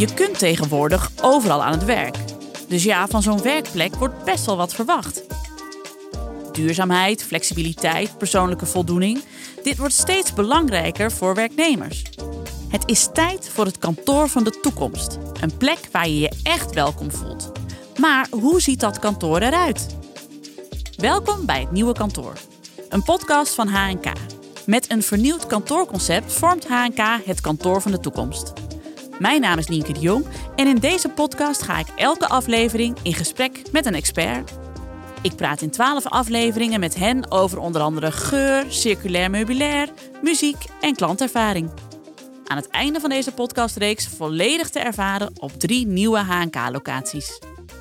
Je kunt tegenwoordig overal aan het werk. Dus ja, van zo'n werkplek wordt best wel wat verwacht. Duurzaamheid, flexibiliteit, persoonlijke voldoening. Dit wordt steeds belangrijker voor werknemers. Het is tijd voor het kantoor van de toekomst. Een plek waar je je echt welkom voelt. Maar hoe ziet dat kantoor eruit? Welkom bij het Nieuwe Kantoor. Een podcast van H&K. Met een vernieuwd kantoorconcept vormt H&K het kantoor van de toekomst. Mijn naam is Nienke de Jong en in deze podcast ga ik elke aflevering in gesprek met een expert. Ik praat in 12 afleveringen met hen over onder andere geur, circulair meubilair, muziek en klantervaring. Aan het einde van deze podcastreeks volledig te ervaren op 3 nieuwe H&K-locaties.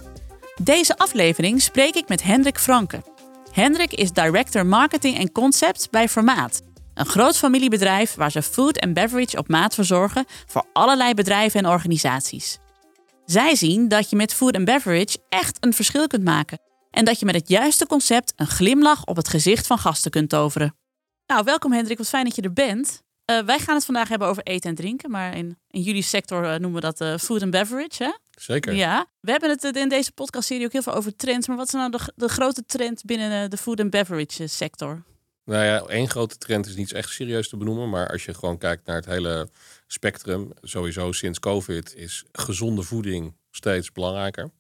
Deze aflevering spreek ik met Hendrik Franke. Hendrik is Director Marketing en Concept bij Vermaat. Een groot familiebedrijf waar ze food en beverage op maat verzorgen voor allerlei bedrijven en organisaties. Zij zien dat je met food en beverage echt een verschil kunt maken. En dat je met het juiste concept een glimlach op het gezicht van gasten kunt toveren. Nou, welkom Hendrik, wat fijn dat je er bent. Wij gaan het vandaag hebben over eten en drinken, maar in jullie sector noemen we dat food and beverage, hè? Zeker. Ja, we hebben het in deze podcastserie ook heel veel over trends, maar wat is nou de grote trend binnen de food and beverage sector? Nou ja, één grote trend is niet echt serieus te benoemen, maar als je gewoon kijkt naar het hele spectrum, sowieso sinds COVID is gezonde voeding steeds belangrijker.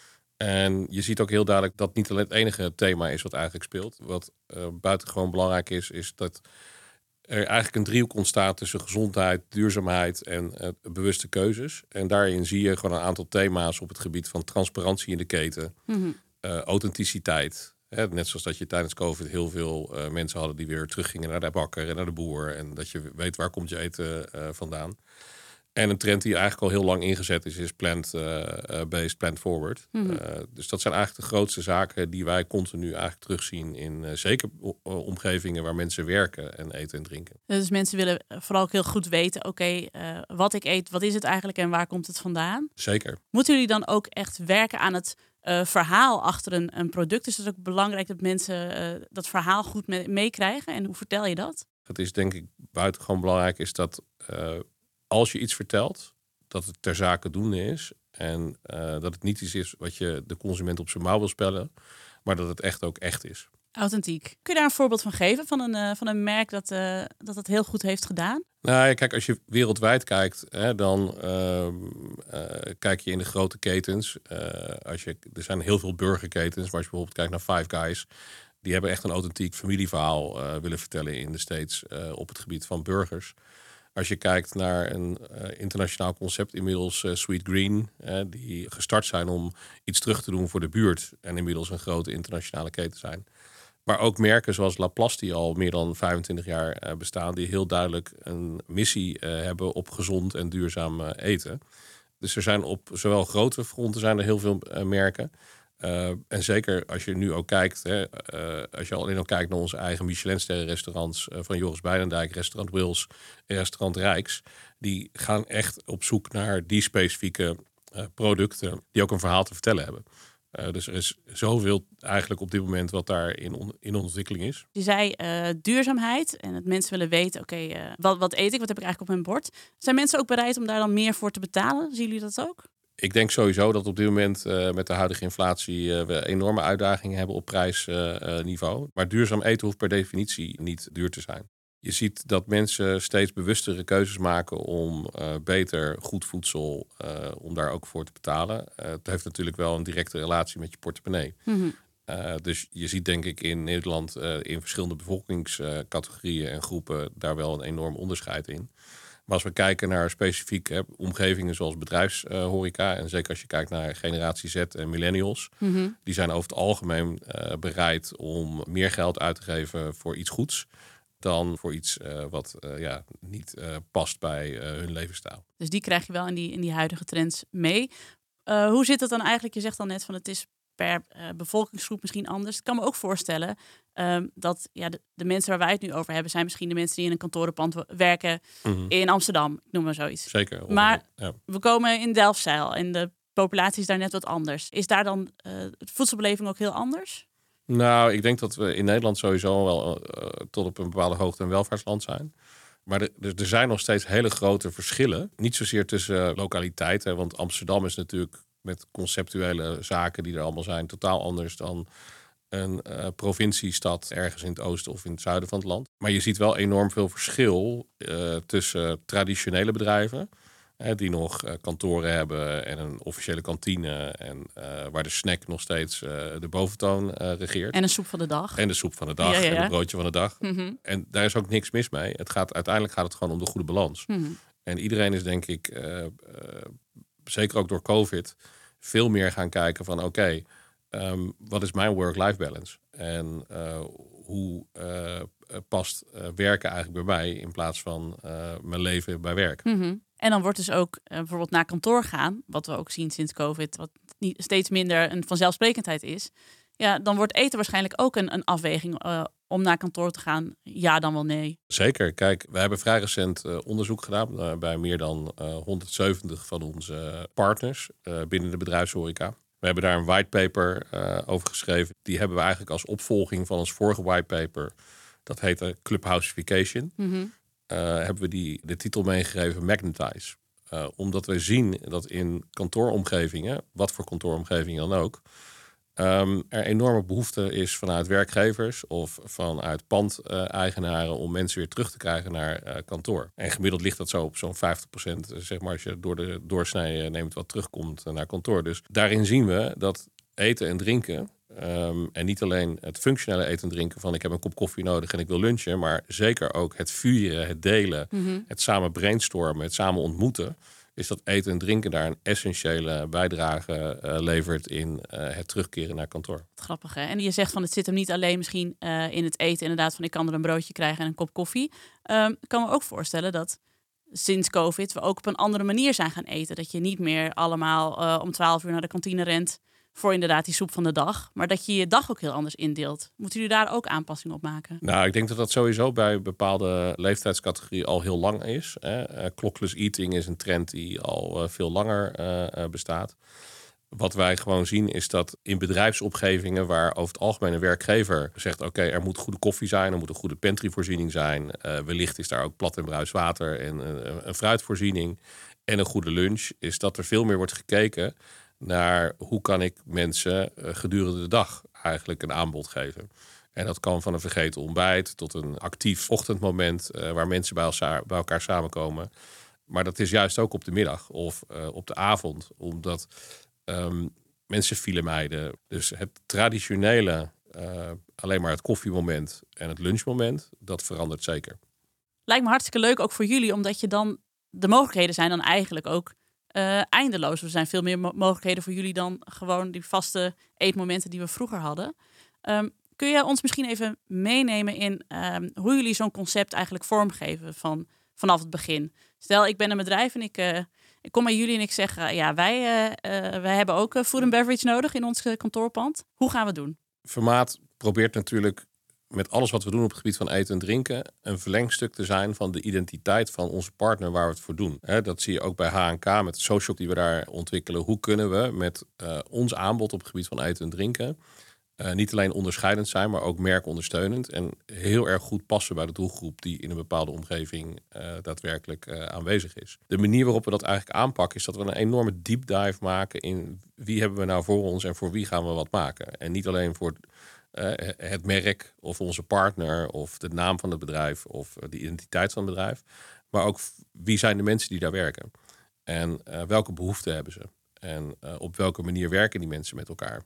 En je ziet ook heel duidelijk dat niet alleen het enige thema is wat eigenlijk speelt. Wat buitengewoon belangrijk is dat er eigenlijk een driehoek ontstaat tussen gezondheid, duurzaamheid en bewuste keuzes. En daarin zie je gewoon een aantal thema's op het gebied van transparantie in de keten, authenticiteit. Net zoals dat je tijdens COVID heel veel mensen hadden die weer teruggingen naar de bakker en naar de boer. En dat je weet waar komt je eten vandaan. En een trend die eigenlijk al heel lang ingezet is plant-based, plant-forward. Dus dat zijn eigenlijk de grootste zaken die wij continu eigenlijk terugzien in zeker omgevingen waar mensen werken en eten en drinken. Dus mensen willen vooral ook heel goed weten, wat ik eet, wat is het eigenlijk en waar komt het vandaan? Zeker. Moeten jullie dan ook echt werken aan het verhaal achter een product? Is het ook belangrijk dat mensen dat verhaal goed meekrijgen? En hoe vertel je dat? Het is denk ik buitengewoon belangrijk is dat als je iets vertelt, dat het ter zake doen is. En dat het niet iets is wat je de consument op zijn mouw wil spellen, maar dat het echt ook echt is. Authentiek. Kun je daar een voorbeeld van geven? Van een merk dat het heel goed heeft gedaan? Nou ja, kijk, als je wereldwijd kijkt, dan kijk je in de grote ketens. Er zijn heel veel burgerketens, maar als je bijvoorbeeld kijkt naar Five Guys, die hebben echt een authentiek familieverhaal willen vertellen in de States op het gebied van burgers. Als je kijkt naar een internationaal concept, inmiddels Sweet Green, die gestart zijn om iets terug te doen voor de buurt en inmiddels een grote internationale keten zijn. Maar ook merken zoals Laplace, die al meer dan 25 jaar bestaan, die heel duidelijk een missie hebben op gezond en duurzaam eten. Dus er zijn op zowel grote fronten zijn er heel veel merken. En zeker als je nu ook kijkt, als je alleen al kijkt naar onze eigen Michelinsterren restaurants van Joris Beijlendijk, restaurant Wills en restaurant Rijks. Die gaan echt op zoek naar die specifieke producten die ook een verhaal te vertellen hebben. Dus er is zoveel eigenlijk op dit moment wat daar in ontwikkeling is. Je zei duurzaamheid en dat mensen willen weten, wat eet ik, wat heb ik eigenlijk op mijn bord? Zijn mensen ook bereid om daar dan meer voor te betalen? Zien jullie dat ook? Ik denk sowieso dat op dit moment met de huidige inflatie we enorme uitdagingen hebben op prijsniveau. Maar duurzaam eten hoeft per definitie niet duur te zijn. Je ziet dat mensen steeds bewustere keuzes maken om beter goed voedsel, om daar ook voor te betalen. Het heeft natuurlijk wel een directe relatie met je portemonnee. Dus je ziet denk ik in Nederland in verschillende bevolkingscategorieën en groepen daar wel een enorm onderscheid in. Maar als we kijken naar specifiek omgevingen zoals bedrijfshoreca, en zeker als je kijkt naar generatie Z en millennials, die zijn over het algemeen bereid om meer geld uit te geven voor iets goeds dan voor iets wat niet past bij hun levensstijl. Dus die krijg je wel in die huidige trends mee. Hoe zit het dan eigenlijk? Je zegt al net van het is per bevolkingsgroep misschien anders. Ik kan me ook voorstellen dat de mensen waar wij het nu over hebben zijn misschien de mensen die in een kantorenpand werken in Amsterdam. Ik noem maar zoiets. Zeker. Maar we komen in Delfzijl en de populatie is daar net wat anders. Is daar dan de voedselbeleving ook heel anders? Nou, ik denk dat we in Nederland sowieso wel tot op een bepaalde hoogte een welvaartsland zijn. Maar er zijn nog steeds hele grote verschillen. Niet zozeer tussen lokaliteiten. Want Amsterdam is natuurlijk met conceptuele zaken die er allemaal zijn totaal anders dan een provinciestad ergens in het oosten of in het zuiden van het land. Maar je ziet wel enorm veel verschil tussen traditionele bedrijven, die nog kantoren hebben en een officiële kantine en waar de snack nog steeds de boventoon regeert. En een soep van de dag. En de soep van de dag en het broodje van de dag. Mm-hmm. En daar is ook niks mis mee. Uiteindelijk gaat het gewoon om de goede balans. Mm-hmm. En iedereen is denk ik, zeker ook door COVID, veel meer gaan kijken van oké, wat is mijn work-life balance? En hoe past werken eigenlijk bij mij in plaats van mijn leven bij werk? Mm-hmm. En dan wordt dus ook bijvoorbeeld naar kantoor gaan, wat we ook zien sinds COVID, wat steeds minder een vanzelfsprekendheid is. Ja, dan wordt eten waarschijnlijk ook een afweging om naar kantoor te gaan. Ja, dan wel nee. Zeker. Kijk, we hebben vrij recent onderzoek gedaan bij meer dan 170 van onze partners binnen de bedrijfshoreca. We hebben daar een whitepaper over geschreven. Die hebben we eigenlijk als opvolging van ons vorige whitepaper. Dat heette Clubhouseification. Mm-hmm. Hebben we de titel meegegeven Magnetize. Omdat we zien dat in kantooromgevingen, wat voor kantooromgevingen dan ook, er enorme behoefte is vanuit werkgevers of vanuit pandeigenaren om mensen weer terug te krijgen naar kantoor. En gemiddeld ligt dat zo op zo'n 50%, zeg maar, als je door de doorsnee neemt wat terugkomt naar kantoor. Dus daarin zien we dat eten en drinken, en niet alleen het functionele eten en drinken van ik heb een kop koffie nodig en ik wil lunchen, maar zeker ook het vieren, het delen, het samen brainstormen, het samen ontmoeten, is dat eten en drinken daar een essentiële bijdrage levert in het terugkeren naar kantoor. Grappig, hè? En je zegt van het zit hem niet alleen misschien in het eten, inderdaad, van ik kan er een broodje krijgen en een kop koffie. Ik kan me ook voorstellen dat sinds COVID we ook op een andere manier zijn gaan eten. Dat je niet meer allemaal om 12 uur naar de kantine rent voor inderdaad die soep van de dag, maar dat je je dag ook heel anders indeelt. Moeten jullie daar ook aanpassingen op maken? Nou, ik denk dat dat sowieso bij bepaalde leeftijdscategorieën al heel lang is. Clockless eating is een trend die al veel langer bestaat. Wat wij gewoon zien is dat in bedrijfsomgevingen waar over het algemeen een werkgever zegt oké, er moet goede koffie zijn, er moet een goede pantryvoorziening zijn. Wellicht is daar ook plat en bruis water en een fruitvoorziening en een goede lunch. Is dat er veel meer wordt gekeken naar hoe kan ik mensen gedurende de dag eigenlijk een aanbod geven. En dat kan van een vergeten ontbijt tot een actief ochtendmoment waar mensen bij elkaar samenkomen. Maar dat is juist ook op de middag of op de avond, omdat mensen file mijden. Dus het traditionele, alleen maar het koffiemoment en het lunchmoment, dat verandert zeker. Lijkt me hartstikke leuk ook voor jullie, omdat je dan de mogelijkheden zijn dan eigenlijk ook eindeloos. Er zijn veel meer mogelijkheden voor jullie dan gewoon die vaste eetmomenten die we vroeger hadden. Kun je ons misschien even meenemen in hoe jullie zo'n concept eigenlijk vormgeven vanaf het begin? Stel, ik ben een bedrijf en ik kom bij jullie en ik zeg, wij hebben ook food and beverage nodig in ons kantoorpand. Hoe gaan we het doen? Vermaat probeert natuurlijk met alles wat we doen op het gebied van eten en drinken een verlengstuk te zijn van de identiteit van onze partner waar we het voor doen. Dat zie je ook bij H&K met de social die we daar ontwikkelen. Hoe kunnen we met ons aanbod op het gebied van eten en drinken niet alleen onderscheidend zijn, maar ook merkondersteunend en heel erg goed passen bij de doelgroep die in een bepaalde omgeving daadwerkelijk aanwezig is. De manier waarop we dat eigenlijk aanpakken is dat we een enorme deep dive maken in wie hebben we nou voor ons en voor wie gaan we wat maken. En niet alleen voor het merk of onze partner of de naam van het bedrijf of de identiteit van het bedrijf, maar ook wie zijn de mensen die daar werken en welke behoeften hebben ze en op welke manier werken die mensen met elkaar.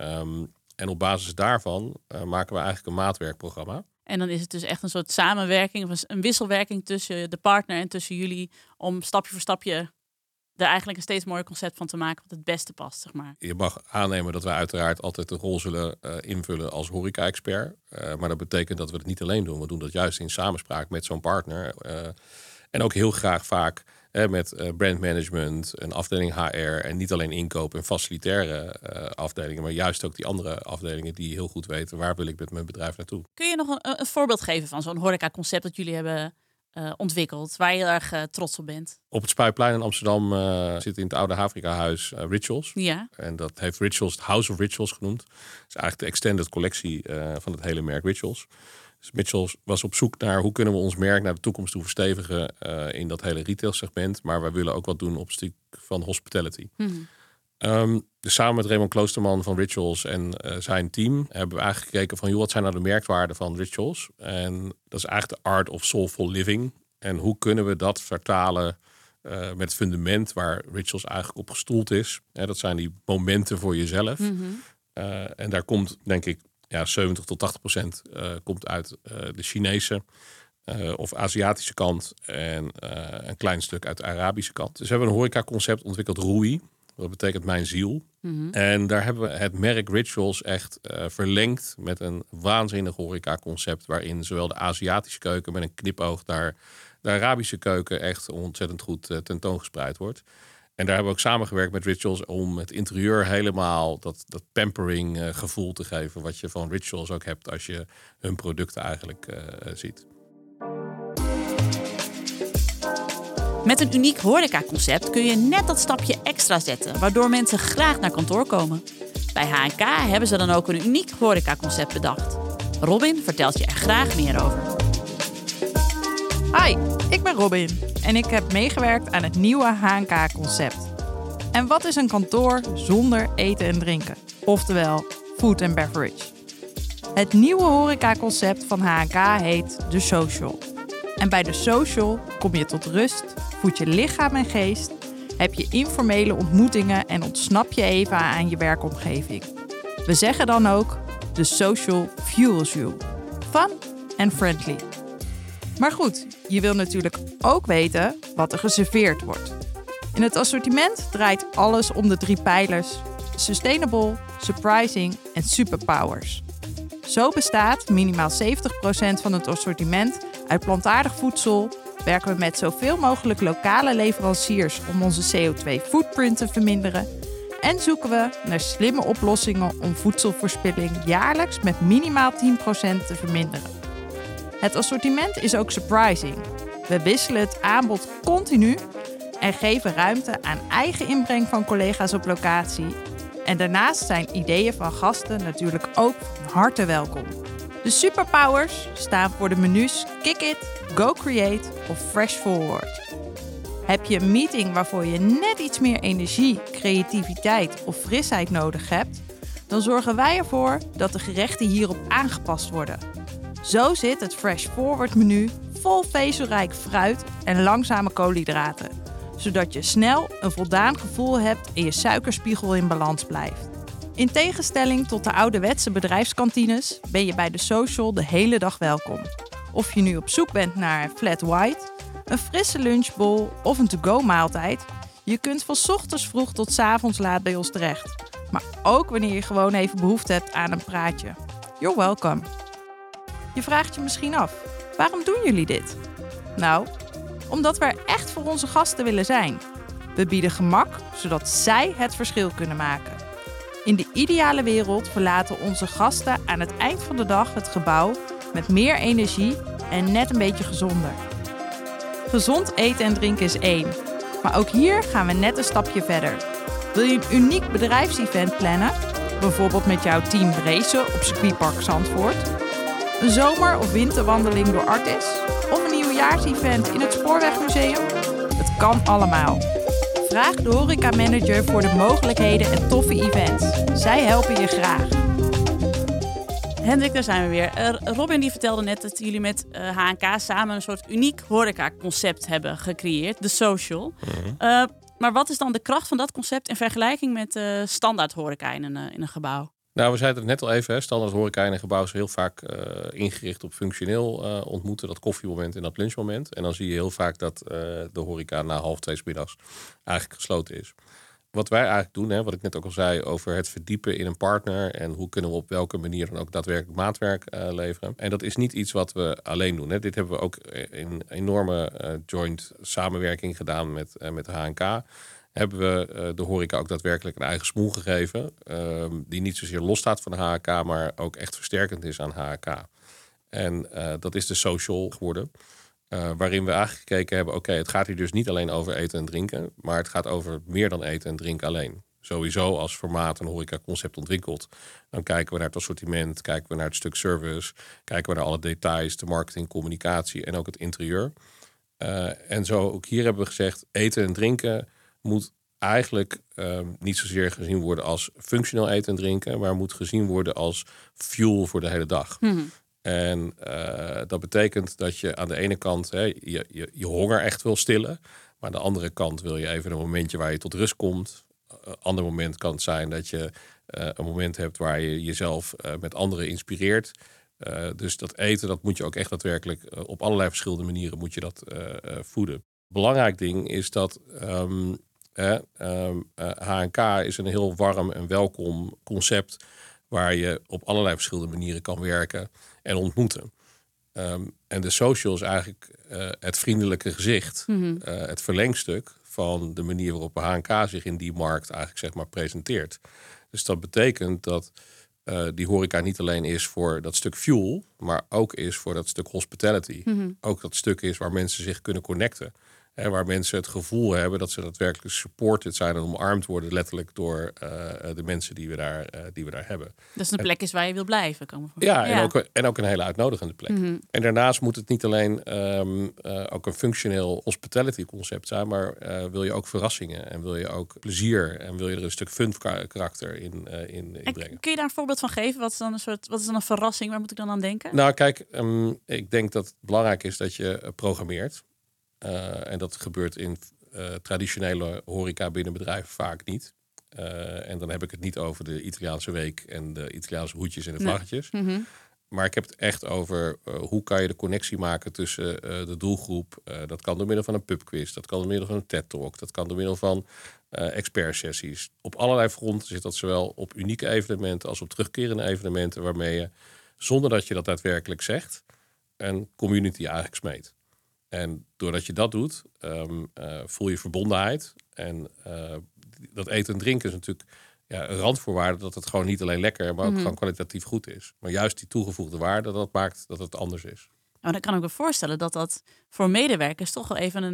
En op basis daarvan maken we eigenlijk een maatwerkprogramma. En dan is het dus echt een soort samenwerking, of een wisselwerking tussen de partner en tussen jullie, om stapje voor stapje er eigenlijk een steeds mooier concept van te maken wat het beste past, zeg maar. Je mag aannemen dat wij uiteraard altijd de rol zullen invullen als horeca-expert. Maar dat betekent dat we het niet alleen doen. We doen dat juist in samenspraak met zo'n partner. En ook heel graag vaak met brandmanagement, een afdeling HR en niet alleen inkoop en facilitaire afdelingen, maar juist ook die andere afdelingen die heel goed weten waar wil ik met mijn bedrijf naartoe. Kun je nog een voorbeeld geven van zo'n horeca-concept dat jullie hebben ontwikkeld, waar je heel erg trots op bent? Op het Spuiplein in Amsterdam zit in het oude Havrica-huis Rituals. Ja. En dat heeft Rituals het House of Rituals genoemd. Dat is eigenlijk de extended collectie van het hele merk Rituals. Er Dus Mitchells was op zoek naar hoe kunnen we ons merk naar de toekomst toe verstevigen in dat hele retailsegment. Maar wij willen ook wat doen op het stuk van hospitality. Dus samen met Raymond Kloosterman van Rituals en zijn team hebben we eigenlijk gekeken van wat zijn nou de merkwaarden van Rituals? En dat is eigenlijk de art of soulful living. En hoe kunnen we dat vertalen met het fundament waar Rituals eigenlijk op gestoeld is. Dat zijn die momenten voor jezelf. En daar komt, denk ik, 70 tot 80% komt uit de Chinese of Aziatische kant. En een klein stuk uit de Arabische kant. Dus we hebben een horecaconcept ontwikkeld, Rui. Dat betekent mijn ziel. En daar hebben we het merk Rituals echt verlengd met een waanzinnig horecaconcept. Waarin zowel de Aziatische keuken met een knipoog naar de Arabische keuken echt ontzettend goed tentoongespreid wordt. En daar hebben we ook samengewerkt met Rituals om het interieur helemaal dat pampering gevoel te geven. Wat je van Rituals ook hebt als je hun producten eigenlijk ziet. Met een uniek horecaconcept kun je net dat stapje extra zetten, waardoor mensen graag naar kantoor komen. Bij H&K hebben ze dan ook een uniek horecaconcept bedacht. Robin vertelt je er graag meer over. Hi, ik ben Robin en ik heb meegewerkt aan het nieuwe H&K-concept. En wat is een kantoor zonder eten en drinken? Oftewel, food and beverage. Het nieuwe horecaconcept van H&K heet The Social. En bij The Social kom je tot rust, voed je lichaam en geest, heb je informele ontmoetingen en ontsnap je even aan je werkomgeving. We zeggen dan ook, The Social fuels you. Fun and friendly. Maar goed, je wil natuurlijk ook weten wat er geserveerd wordt. In het assortiment draait alles om de 3 pijlers: sustainable, surprising en superpowers. Zo bestaat minimaal 70% van het assortiment uit plantaardig voedsel, werken we met zoveel mogelijk lokale leveranciers om onze CO2-footprint te verminderen en zoeken we naar slimme oplossingen om voedselverspilling jaarlijks met minimaal 10% te verminderen. Het assortiment is ook surprising. We wisselen het aanbod continu en geven ruimte aan eigen inbreng van collega's op locatie. En daarnaast zijn ideeën van gasten natuurlijk ook van harte welkom. De superpowers staan voor de menus Kick It, Go Create of Fresh Forward. Heb je een meeting waarvoor je net iets meer energie, creativiteit of frisheid nodig hebt, dan zorgen wij ervoor dat de gerechten hierop aangepast worden. Zo zit het Fresh Forward menu vol vezelrijk fruit en langzame koolhydraten, zodat je snel een voldaan gevoel hebt en je suikerspiegel in balans blijft. In tegenstelling tot de ouderwetse bedrijfskantines ben je bij The Social de hele dag welkom. Of je nu op zoek bent naar een flat white, een frisse lunchbowl of een to-go maaltijd, je kunt van 's ochtends vroeg tot 's avonds laat bij ons terecht. Maar ook wanneer je gewoon even behoefte hebt aan een praatje. You're welcome. Je vraagt je misschien af, waarom doen jullie dit? Nou, omdat we er echt voor onze gasten willen zijn. We bieden gemak, zodat zij het verschil kunnen maken. In de ideale wereld verlaten onze gasten aan het eind van de dag het gebouw met meer energie en net een beetje gezonder. Gezond eten en drinken is 1, maar ook hier gaan we net een stapje verder. Wil je een uniek bedrijfsevent plannen? Bijvoorbeeld met jouw team racen op circuitpark Zandvoort? Een zomer- of winterwandeling door Artis? Of een nieuwjaarsevent in het Spoorwegmuseum? Het kan allemaal. Vraag de horecamanager voor de mogelijkheden en toffe events. Zij helpen je graag. Hendrik, daar zijn we weer. Robin die vertelde net dat jullie met H&K samen een soort uniek horecaconcept hebben gecreëerd. The Social. Maar wat is dan de kracht van dat concept in vergelijking met standaard horeca in een gebouw? Nou, we zeiden het net al even. Standaard horeca in een gebouw is heel vaak ingericht op functioneel ontmoeten. Dat koffiemoment en dat lunchmoment. En dan zie je heel vaak dat de horeca na 1:30 's middags eigenlijk gesloten is. Wat wij eigenlijk doen, wat ik net ook al zei over het verdiepen in een partner. En hoe kunnen we op welke manier dan ook daadwerkelijk maatwerk leveren. En dat is niet iets wat we alleen doen. Dit hebben we ook in enorme joint samenwerking gedaan met H&K. Hebben we de horeca ook daadwerkelijk een eigen smoel gegeven. Die niet zozeer losstaat van de H&K, maar ook echt versterkend is aan H&K. En dat is de Social geworden. Waarin we eigenlijk gekeken hebben, het gaat hier dus niet alleen over eten en drinken. Maar het gaat over meer dan eten en drinken alleen. sowieso als formaat een horecaconcept ontwikkelt, dan kijken we naar het assortiment, kijken we naar het stuk service, kijken we naar alle details, de marketing, communicatie en ook het interieur. En zo ook hier hebben we gezegd, eten en drinken moet eigenlijk niet zozeer gezien worden als functioneel eten en drinken, maar moet gezien worden als fuel voor de hele dag. En dat betekent dat je aan de ene kant je honger echt wil stillen. Maar aan de andere kant wil je even een momentje waar je tot rust komt. Een ander moment kan het zijn dat je een moment hebt waar je jezelf met anderen inspireert. Dus dat eten, dat moet je ook echt daadwerkelijk op allerlei verschillende manieren moet je dat voeden. Belangrijk ding is dat H&K is een heel warm en welkom concept waar je op allerlei verschillende manieren kan werken en ontmoeten. En de social is eigenlijk het vriendelijke gezicht. Het verlengstuk van de manier waarop H&K zich in die markt eigenlijk zeg maar presenteert. Dus dat betekent dat die horeca niet alleen is voor dat stuk fuel, maar ook is voor dat stuk hospitality. Ook dat stuk is waar mensen zich kunnen connecten. Hè, waar mensen het gevoel hebben dat ze daadwerkelijk supported zijn en omarmd worden, letterlijk door de mensen die we daar hebben. Dus een plek is waar je wil blijven. En ook een hele uitnodigende plek. En daarnaast moet het niet alleen ook een functioneel hospitality concept zijn, maar wil je ook verrassingen en wil je ook plezier en wil je er een stuk fun karakter in brengen. Kun je daar een voorbeeld van geven? Wat is dan een verrassing? Waar moet ik dan aan denken? Nou, kijk, ik denk dat het belangrijk is dat je programmeert. En dat gebeurt in traditionele horeca binnen bedrijven vaak niet. En dan heb ik het niet over de Italiaanse week en de Italiaanse hoedjes en de vlaggetjes. Maar ik heb het echt over hoe kan je de connectie maken tussen de doelgroep. Dat kan door middel van een pubquiz, dat kan door middel van een TED-talk, dat kan door middel van expertsessies. Op allerlei fronten zit dat zowel op unieke evenementen als op terugkerende evenementen, waarmee je, zonder dat je dat daadwerkelijk zegt, een community eigenlijk smeet. En doordat je dat doet, voel je verbondenheid. En dat eten en drinken is natuurlijk een randvoorwaarde dat het gewoon niet alleen lekker, maar ook gewoon kwalitatief goed is. Maar juist die toegevoegde waarde, dat maakt dat het anders is. Nou, dan kan ik me voorstellen dat voor medewerkers toch wel even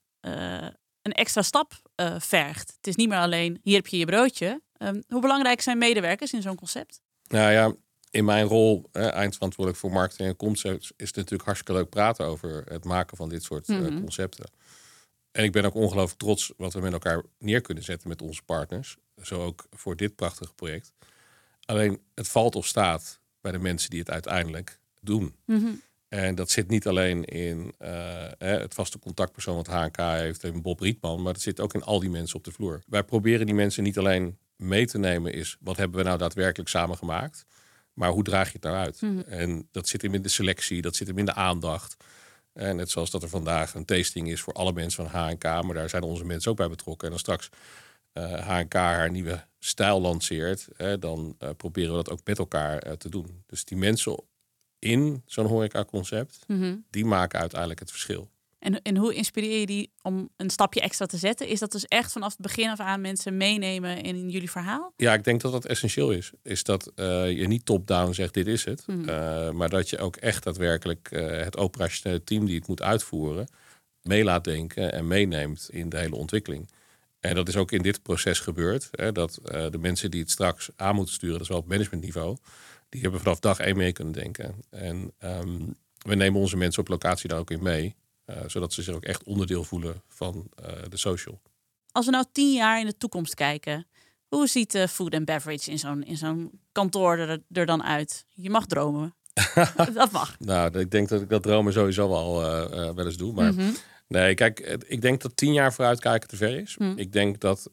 een extra stap vergt. Het is niet meer alleen, hier heb je je broodje. Hoe belangrijk zijn medewerkers in zo'n concept? Nou ja, in mijn rol, eindverantwoordelijk voor marketing en concepts, is het natuurlijk hartstikke leuk praten over het maken van dit soort concepten. En ik ben ook ongelooflijk trots wat we met elkaar neer kunnen zetten met onze partners. Zo ook voor dit prachtige project. Alleen het valt of staat bij de mensen die het uiteindelijk doen. En dat zit niet alleen in het vaste contactpersoon wat H&K heeft en Bob Rietman, maar dat zit ook in al die mensen op de vloer. Wij proberen die mensen niet alleen mee te nemen is wat hebben we nou daadwerkelijk samen gemaakt, maar hoe draag je het nou uit? En dat zit hem in de selectie, dat zit hem in de aandacht. En net zoals dat er vandaag een tasting is voor alle mensen van H&K, maar daar zijn onze mensen ook bij betrokken. En als straks H&K haar nieuwe stijl lanceert, dan proberen we dat ook met elkaar te doen. Dus die mensen in zo'n horeca-concept, die maken uiteindelijk het verschil. En hoe inspireer je die om een stapje extra te zetten? Is dat dus echt vanaf het begin af aan mensen meenemen in jullie verhaal? Ja, ik denk dat dat essentieel is. Is dat je niet top-down zegt dit is het. Maar dat je ook echt daadwerkelijk het operationele team die het moet uitvoeren mee laat denken en meeneemt in de hele ontwikkeling. En dat is ook in dit proces gebeurd. Dat de mensen die het straks aan moeten sturen, dat is wel op managementniveau, die hebben vanaf dag 1 mee kunnen denken. En we nemen onze mensen op locatie daar ook in mee. Zodat ze zich ook echt onderdeel voelen van de social. Als we nou 10 jaar in de toekomst kijken, hoe ziet food and beverage in zo'n kantoor er dan uit? Je mag dromen. Dat mag. Nou, ik denk dat ik dat dromen sowieso wel eens doe. Maar nee, kijk, ik denk dat 10 jaar vooruitkijken te ver is. Ik denk dat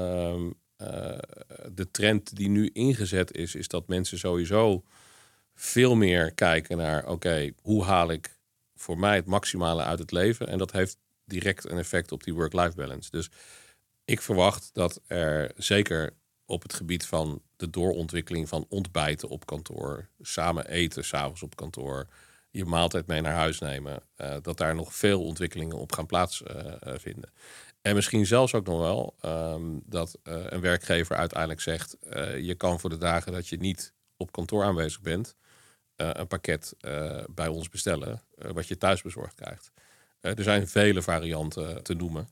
de trend die nu ingezet is dat mensen sowieso veel meer kijken naar, oké, hoe haal ik voor mij het maximale uit het leven. En dat heeft direct een effect op die work-life balance. Dus ik verwacht dat er zeker op het gebied van de doorontwikkeling van ontbijten op kantoor, samen eten 's avonds op kantoor, je maaltijd mee naar huis nemen, dat daar nog veel ontwikkelingen op gaan plaatsvinden. En misschien zelfs ook nog wel dat een werkgever uiteindelijk zegt, je kan voor de dagen dat je niet op kantoor aanwezig bent, een pakket bij ons bestellen, wat je thuis bezorgd krijgt. Er zijn vele varianten te noemen.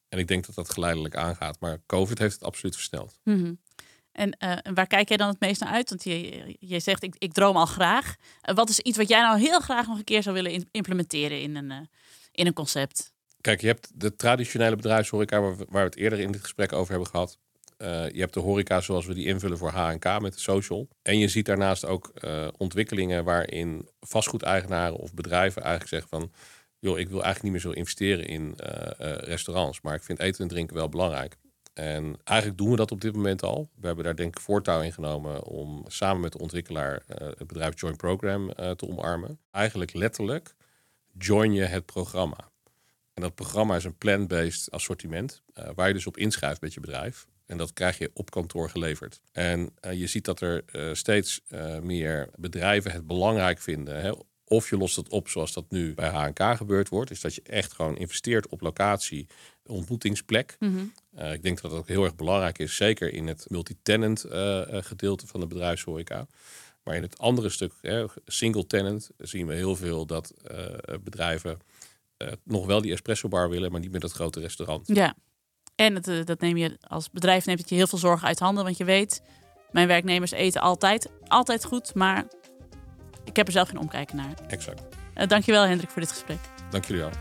En ik denk dat dat geleidelijk aangaat. Maar COVID heeft het absoluut versneld. Mm-hmm. En waar kijk jij dan het meest naar uit? Want je zegt, ik droom al graag. Wat is iets wat jij nou heel graag nog een keer zou willen implementeren in een concept? Kijk, je hebt de traditionele bedrijfshoreca waar we het eerder in dit gesprek over hebben gehad. Je hebt de horeca zoals we die invullen voor H&K met de social. En je ziet daarnaast ook ontwikkelingen waarin vastgoedeigenaren of bedrijven eigenlijk zeggen van, joh, ik wil eigenlijk niet meer zo investeren in restaurants. Maar ik vind eten en drinken wel belangrijk. En eigenlijk doen we dat op dit moment al. We hebben daar denk ik voortouw in genomen om samen met de ontwikkelaar het bedrijf Join Program te omarmen. Eigenlijk letterlijk join je het programma. En dat programma is een plant-based assortiment waar je dus op inschrijft met je bedrijf. En dat krijg je op kantoor geleverd. En je ziet dat er steeds meer bedrijven het belangrijk vinden. Hè? Of je lost het op zoals dat nu bij H&K gebeurd wordt. Is dat je echt gewoon investeert op locatie, ontmoetingsplek. Mm-hmm. Ik denk dat dat ook heel erg belangrijk is. Zeker in het multi-tenant gedeelte van de bedrijfshoreca. Maar in het andere stuk, single tenant, zien we heel veel dat bedrijven nog wel die espresso bar willen, maar niet meer dat grote restaurant. Ja, en dat neem je als bedrijf neemt het je heel veel zorgen uit handen. Want je weet, mijn werknemers eten altijd goed, maar ik heb er zelf geen omkijken naar. Exact. Dankjewel Hendrik voor dit gesprek. Dank jullie wel.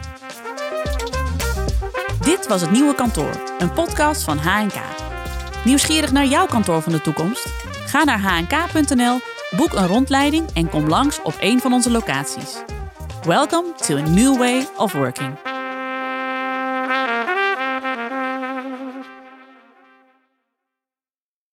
Dit was Het Nieuwe Kantoor, een podcast van H&K. Nieuwsgierig naar jouw kantoor van de toekomst? Ga naar hnk.nl, boek een rondleiding en kom langs op een van onze locaties. Welcome to a new way of working.